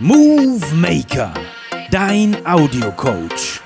Move Maker, dein Audio-Coach.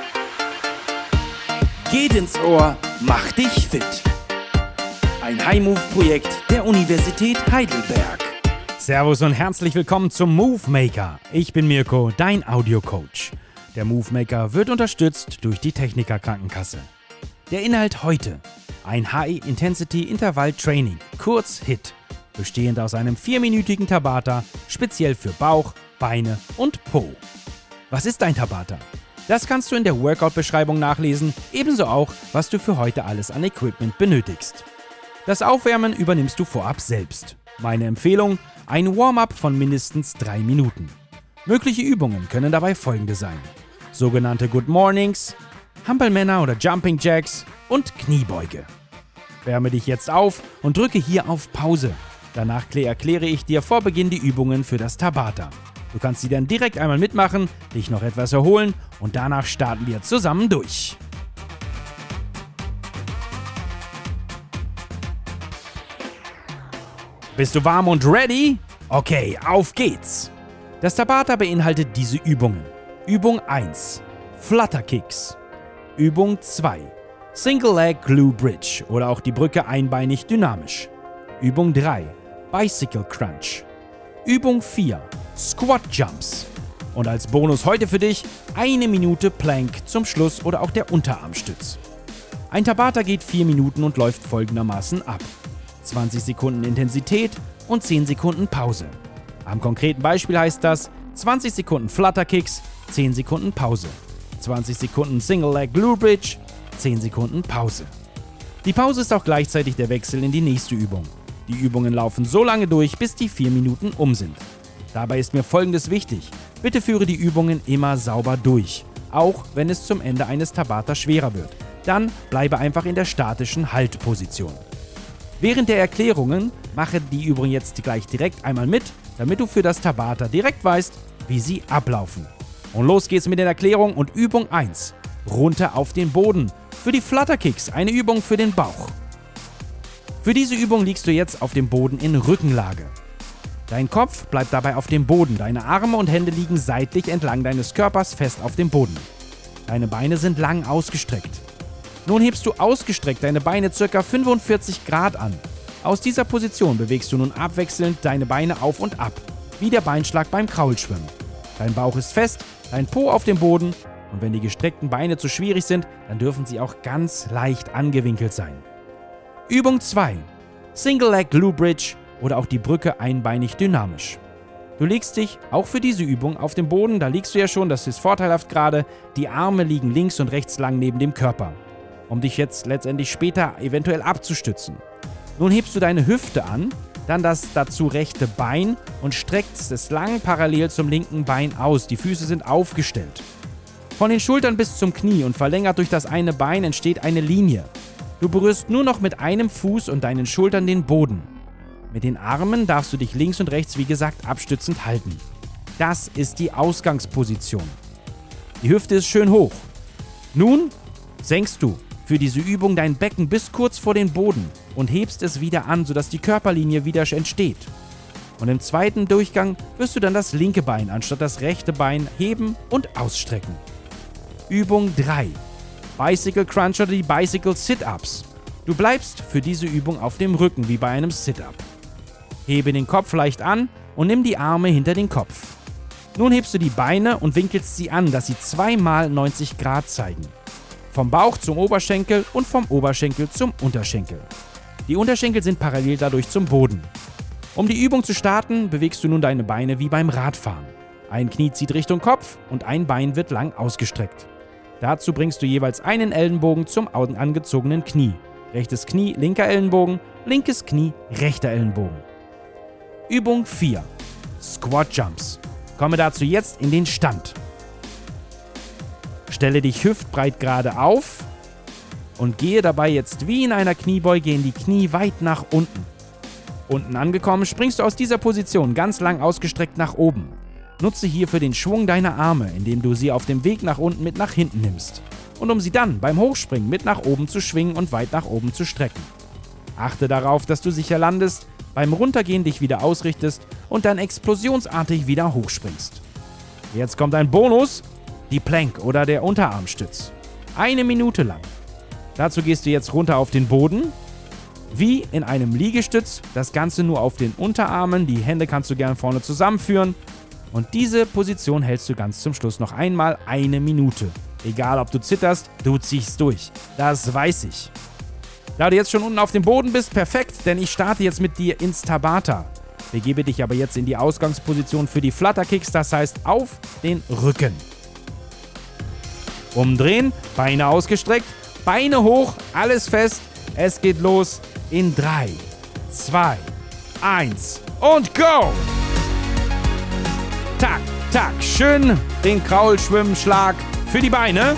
Geht ins Ohr, mach dich fit. Ein High-Move-Projekt der Universität Heidelberg. Servus und herzlich willkommen zum Move Maker. Ich bin Mirko, dein Audio-Coach. Der Move Maker wird unterstützt durch die Techniker Krankenkasse. Der Inhalt heute: ein High-Intensity-Intervall-Training, kurz HIIT, bestehend aus einem 4-minütigen Tabata, speziell für Bauch, Beine und Po. Was ist ein Tabata? Das kannst du in der Workout-Beschreibung nachlesen, ebenso auch, was du für heute alles an Equipment benötigst. Das Aufwärmen übernimmst du vorab selbst. Meine Empfehlung: ein Warm-up von mindestens 3 Minuten. Mögliche Übungen können dabei folgende sein: sogenannte Good Mornings, Hampelmänner oder Jumping Jacks und Kniebeuge. Wärme dich jetzt auf und drücke hier auf Pause. Danach erkläre ich dir vor Beginn die Übungen für das Tabata. Du kannst sie dann direkt einmal mitmachen, dich noch etwas erholen und danach starten wir zusammen durch. Bist du warm und ready? Okay, auf geht's! Das Tabata beinhaltet diese Übungen. Übung 1: Flutter Kicks. Übung 2: Single Leg Glue Bridge oder auch die Brücke einbeinig dynamisch. Übung 3: Bicycle Crunch. Übung 4: Squat Jumps. Und als Bonus heute für dich 1 Minute Plank zum Schluss oder auch der Unterarmstütz. Ein Tabata geht 4 Minuten und läuft folgendermaßen ab: 20 Sekunden Intensität und 10 Sekunden Pause. Am konkreten Beispiel heißt das 20 Sekunden Flutter Kicks, 10 Sekunden Pause. 20 Sekunden Single Leg Glue Bridge, 10 Sekunden Pause. Die Pause ist auch gleichzeitig der Wechsel in die nächste Übung. Die Übungen laufen so lange durch, bis die 4 Minuten um sind. Dabei ist mir Folgendes wichtig: bitte führe die Übungen immer sauber durch, auch wenn es zum Ende eines Tabata schwerer wird. Dann bleibe einfach in der statischen Haltposition. Während der Erklärungen mache die Übung jetzt gleich direkt einmal mit, damit du für das Tabata direkt weißt, wie sie ablaufen. Und los geht's mit der Erklärung und Übung 1: runter auf den Boden. Für die Flutter Kicks eine Übung für den Bauch. Für diese Übung liegst du jetzt auf dem Boden in Rückenlage. Dein Kopf bleibt dabei auf dem Boden, deine Arme und Hände liegen seitlich entlang deines Körpers fest auf dem Boden. Deine Beine sind lang ausgestreckt. Nun hebst du ausgestreckt deine Beine ca. 45 Grad an. Aus dieser Position bewegst du nun abwechselnd deine Beine auf und ab, wie der Beinschlag beim Kraulschwimmen. Dein Bauch ist fest, dein Po auf dem Boden und wenn die gestreckten Beine zu schwierig sind, dann dürfen sie auch ganz leicht angewinkelt sein. Übung 2: Single Leg Glue Bridge oder auch die Brücke einbeinig dynamisch. Du legst dich auch für diese Übung auf dem Boden, da liegst du ja schon, das ist vorteilhaft gerade. Die Arme liegen links und rechts lang neben dem Körper, um dich jetzt letztendlich später eventuell abzustützen. Nun hebst du deine Hüfte an, dann das dazu rechte Bein und streckst es lang parallel zum linken Bein aus. Die Füße sind aufgestellt. Von den Schultern bis zum Knie und verlängert durch das eine Bein entsteht eine Linie. Du berührst nur noch mit einem Fuß und deinen Schultern den Boden. Mit den Armen darfst du dich links und rechts, wie gesagt, abstützend halten. Das ist die Ausgangsposition. Die Hüfte ist schön hoch. Nun senkst du für diese Übung dein Becken bis kurz vor den Boden und hebst es wieder an, sodass die Körperlinie wieder entsteht. Und im zweiten Durchgang wirst du dann das linke Bein anstatt das rechte Bein heben und ausstrecken. Übung 3: Bicycle Crunch oder die Bicycle Sit-Ups. Du bleibst für diese Übung auf dem Rücken wie bei einem Sit-Up. Hebe den Kopf leicht an und nimm die Arme hinter den Kopf. Nun hebst du die Beine und winkelst sie an, dass sie 2x 90 Grad zeigen. Vom Bauch zum Oberschenkel und vom Oberschenkel zum Unterschenkel. Die Unterschenkel sind parallel dadurch zum Boden. Um die Übung zu starten, bewegst du nun deine Beine wie beim Radfahren. Ein Knie zieht Richtung Kopf und ein Bein wird lang ausgestreckt. Dazu bringst du jeweils einen Ellenbogen zum angezogenen Knie. Rechtes Knie, linker Ellenbogen, linkes Knie, rechter Ellenbogen. Übung 4: Squat Jumps. Komme dazu jetzt in den Stand. Stelle dich hüftbreit gerade auf und gehe dabei jetzt wie in einer Kniebeuge in die Knie weit nach unten. Unten angekommen, springst du aus dieser Position ganz lang ausgestreckt nach oben. Nutze hierfür den Schwung deiner Arme, indem du sie auf dem Weg nach unten mit nach hinten nimmst. Und um sie dann beim Hochspringen mit nach oben zu schwingen und weit nach oben zu strecken. Achte darauf, dass du sicher landest. beim Runtergehen dich wieder ausrichtest und dann explosionsartig wieder hochspringst. Jetzt kommt ein Bonus, die Plank oder der Unterarmstütz. 1 Minute lang. Dazu gehst du jetzt runter auf den Boden, wie in einem Liegestütz, das Ganze nur auf den Unterarmen, die Hände kannst du gerne vorne zusammenführen und diese Position hältst du ganz zum Schluss noch einmal 1 Minute. Egal ob du zitterst, du ziehst durch. Das weiß ich. Da du jetzt schon unten auf dem Boden bist, perfekt, denn ich starte jetzt mit dir ins Tabata. Begebe dich aber jetzt in die Ausgangsposition für die Flutter Kicks, das heißt auf den Rücken. Umdrehen, Beine ausgestreckt, Beine hoch, alles fest. Es geht los in 3, 2, 1 und go! Tak, tak, schön den Kraulschwimmschlag für die Beine.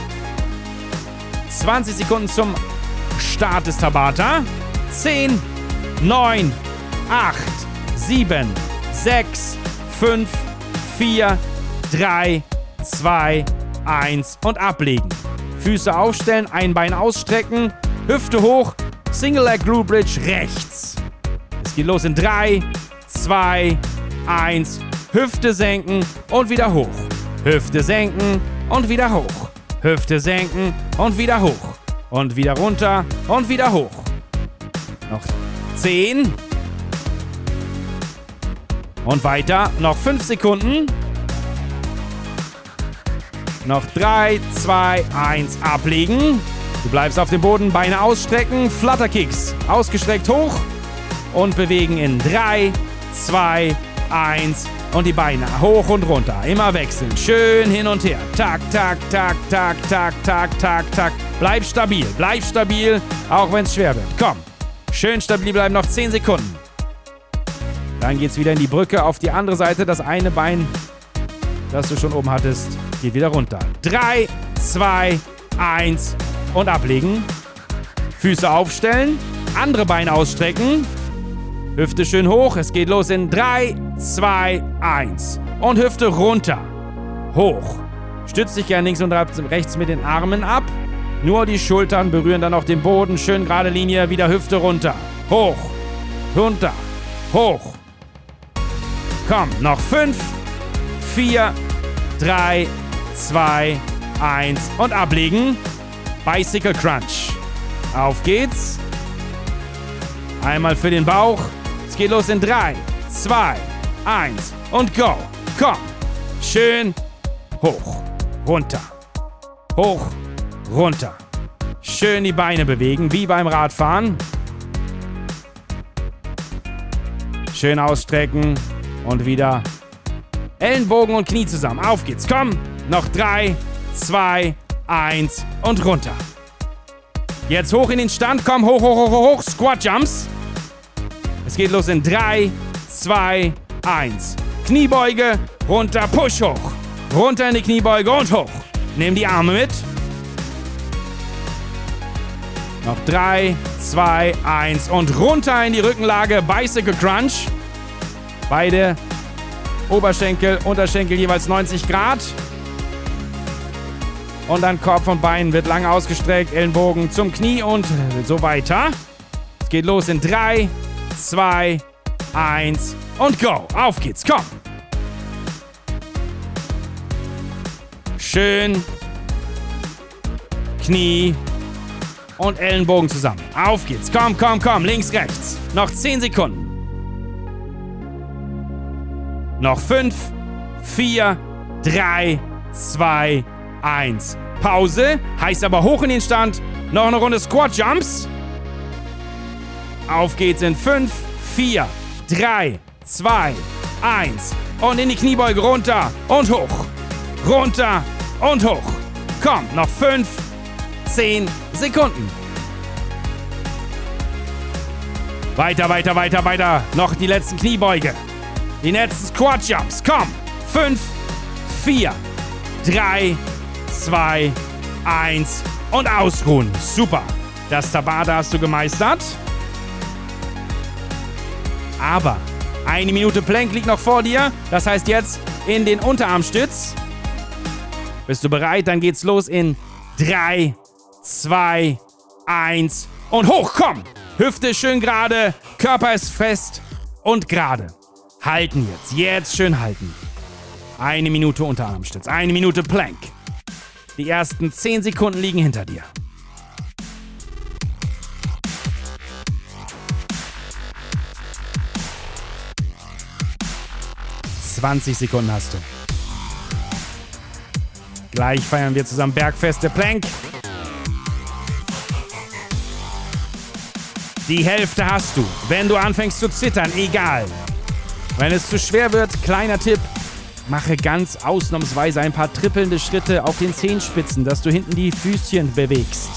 20 Sekunden zum Start des Tabata. 10, 9, 8, 7, 6, 5, 4, 3, 2, 1 und ablegen. Füße aufstellen, ein Bein ausstrecken, Hüfte hoch, Single Leg Glute Bridge rechts. Es geht los in 3, 2, 1, Hüfte senken und wieder hoch. Hüfte senken und wieder hoch. Hüfte senken und wieder hoch. Und wieder runter und wieder hoch. Noch 10. Und weiter, noch 5 Sekunden. Noch 3, 2, 1, ablegen. Du bleibst auf dem Boden, Beine ausstrecken, Flutter Kicks. Ausgestreckt hoch und bewegen in 3, 2, 1 und die Beine hoch und runter. Immer wechseln, schön hin und her. Tak, tak, tak, tak, tak, tak, tak, tak. Bleib stabil, auch wenn es schwer wird. Komm, schön stabil bleiben, noch 10 Sekunden. Dann geht's wieder in die Brücke auf die andere Seite. Das eine Bein, das du schon oben hattest, geht wieder runter. 3, 2, 1 und ablegen. Füße aufstellen, andere Beine ausstrecken. Hüfte schön hoch, es geht los in 3, 2, 1. Und Hüfte runter, hoch. Stütz dich gerne links und rechts mit den Armen ab. Nur die Schultern berühren dann auch den Boden. Schön gerade Linie, wieder Hüfte runter. Hoch, runter, hoch. Komm, noch 5, 4, 3, 2, 1 und ablegen. Bicycle Crunch. Auf geht's. Einmal für den Bauch. Es geht los in 3, 2, 1 und go. Komm. Schön hoch, runter. Hoch, runter. Schön die Beine bewegen, wie beim Radfahren. Schön ausstrecken und wieder Ellenbogen und Knie zusammen. Auf geht's, komm. Noch 3, 2, 1 und runter. Jetzt hoch in den Stand, komm, hoch, hoch, hoch, hoch, Squat Jumps. Es geht los in 3, 2, 1. Kniebeuge, runter, Push hoch. Runter in die Kniebeuge und hoch. Nimm die Arme mit. Noch 3, 2, 1 und runter in die Rückenlage, Bicycle Crunch. Beide Oberschenkel, Unterschenkel jeweils 90 Grad. Und dann Kopf und Bein wird lang ausgestreckt, Ellenbogen zum Knie und so weiter. Es geht los in 3, 2, 1 und go. Auf geht's, komm. Schön. Knie und Ellenbogen zusammen. Auf geht's, komm, komm, komm. Links, rechts. Noch 10 Sekunden. Noch 5, 4, 3, 2, 1. Pause. Heißt aber hoch in den Stand. Noch eine Runde Squat Jumps. Auf geht's in 5, 4, 3, 2, 1. Und in die Kniebeuge runter und hoch. Runter und hoch. Komm, noch 5, 10 Sekunden. Weiter, weiter, weiter, weiter. Noch die letzten Kniebeuge. Die letzten Squat Jumps. Komm. 5, 4, 3, 2, 1 und ausruhen. Super. Das Tabata hast du gemeistert. Aber 1 Minute Plank liegt noch vor dir. Das heißt jetzt in den Unterarmstütz. Bist du bereit? Dann geht's los in 3, 2, 1 und hoch. Komm. Hüfte schön gerade. Körper ist fest. Und gerade. Halten jetzt. Jetzt schön halten. 1 Minute Unterarmstütz. 1 Minute Plank. Die ersten 10 Sekunden liegen hinter dir. 20 Sekunden hast du. Gleich feiern wir zusammen Bergfeste Plank. Die Hälfte hast du. Wenn du anfängst zu zittern, egal. Wenn es zu schwer wird, kleiner Tipp, mache ganz ausnahmsweise ein paar trippelnde Schritte auf den Zehenspitzen, dass du hinten die Füßchen bewegst.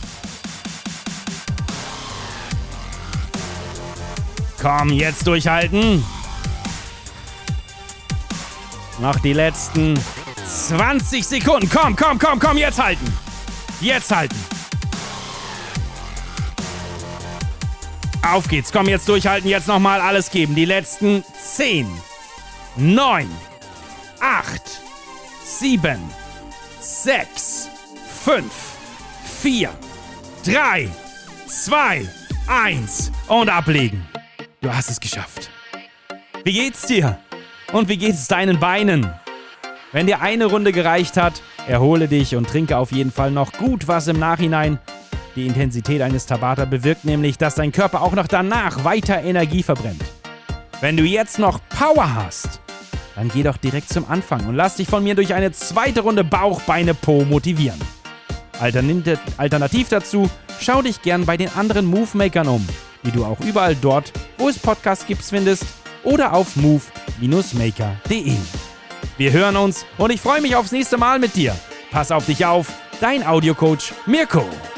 Komm, jetzt durchhalten. Noch die letzten 20 Sekunden. Komm, jetzt halten. Jetzt halten. Auf geht's, komm, jetzt durchhalten, jetzt nochmal alles geben. Die letzten 10, 9, 8, 7, 6, 5, 4, 3, 2, 1 und ablegen. Du hast es geschafft. Wie geht's dir? Und wie geht's deinen Beinen? Wenn dir eine Runde gereicht hat, erhole dich und trinke auf jeden Fall noch gut was im Nachhinein. Die Intensität eines Tabata bewirkt nämlich, dass dein Körper auch noch danach weiter Energie verbrennt. Wenn du jetzt noch Power hast, dann geh doch direkt zum Anfang und lass dich von mir durch eine zweite Runde Bauch, Beine, Po motivieren. Alternativ dazu, schau dich gern bei den anderen Move-Makern um, die du auch überall dort, wo es Podcasts gibt, findest oder auf move-maker.de. Wir hören uns und ich freue mich aufs nächste Mal mit dir. Pass auf dich auf, dein Audiocoach Mirko.